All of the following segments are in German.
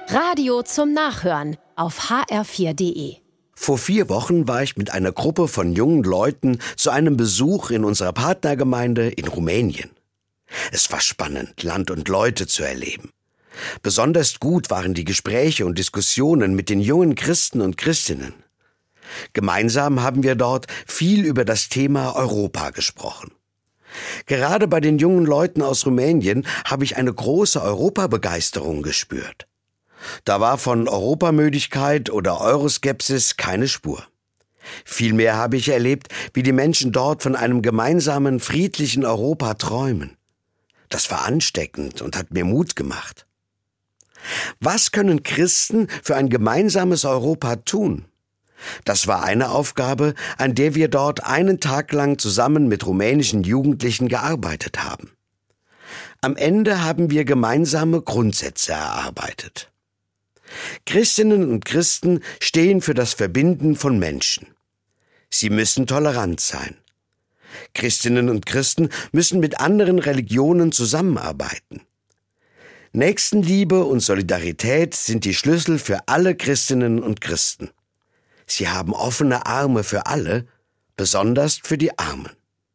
Radio zum Nachhören auf hr4.de. Vor 4 Wochen war ich mit einer Gruppe von jungen Leuten zu einem Besuch in unserer Partnergemeinde in Rumänien. Es war spannend, Land und Leute zu erleben. Besonders gut waren die Gespräche und Diskussionen mit den jungen Christen und Christinnen. Gemeinsam haben wir dort viel über das Thema Europa gesprochen. Gerade bei den jungen Leuten aus Rumänien habe ich eine große Europabegeisterung gespürt. Da war von Europamüdigkeit oder Euroskepsis keine Spur. Vielmehr habe ich erlebt, wie die Menschen dort von einem gemeinsamen, friedlichen Europa träumen. Das war ansteckend und hat mir Mut gemacht. Was können Christen für ein gemeinsames Europa tun? Das war eine Aufgabe, an der wir dort einen Tag lang zusammen mit rumänischen Jugendlichen gearbeitet haben. Am Ende haben wir gemeinsame Grundsätze erarbeitet. Christinnen und Christen stehen für das Verbinden von Menschen. Sie müssen tolerant sein. Christinnen und Christen müssen mit anderen Religionen zusammenarbeiten. Nächstenliebe und Solidarität sind die Schlüssel für alle Christinnen und Christen. Sie haben offene Arme für alle, besonders für die Armen.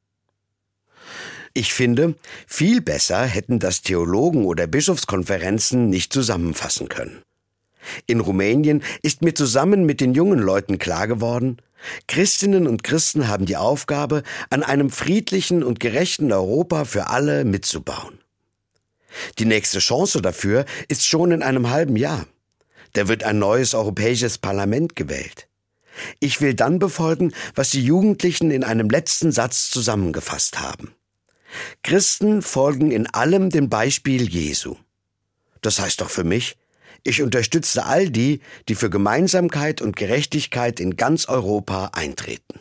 Ich finde, viel besser hätten das Theologen oder Bischofskonferenzen nicht zusammenfassen können. In Rumänien ist mir zusammen mit den jungen Leuten klar geworden, Christinnen und Christen haben die Aufgabe, an einem friedlichen und gerechten Europa für alle mitzubauen. Die nächste Chance dafür ist schon in einem halben Jahr. Da wird ein neues Europäisches Parlament gewählt. Ich will dann befolgen, was die Jugendlichen in einem letzten Satz zusammengefasst haben. Christen folgen in allem dem Beispiel Jesu. Das heißt doch für mich, ich unterstütze all die, die für Gemeinsamkeit und Gerechtigkeit in ganz Europa eintreten.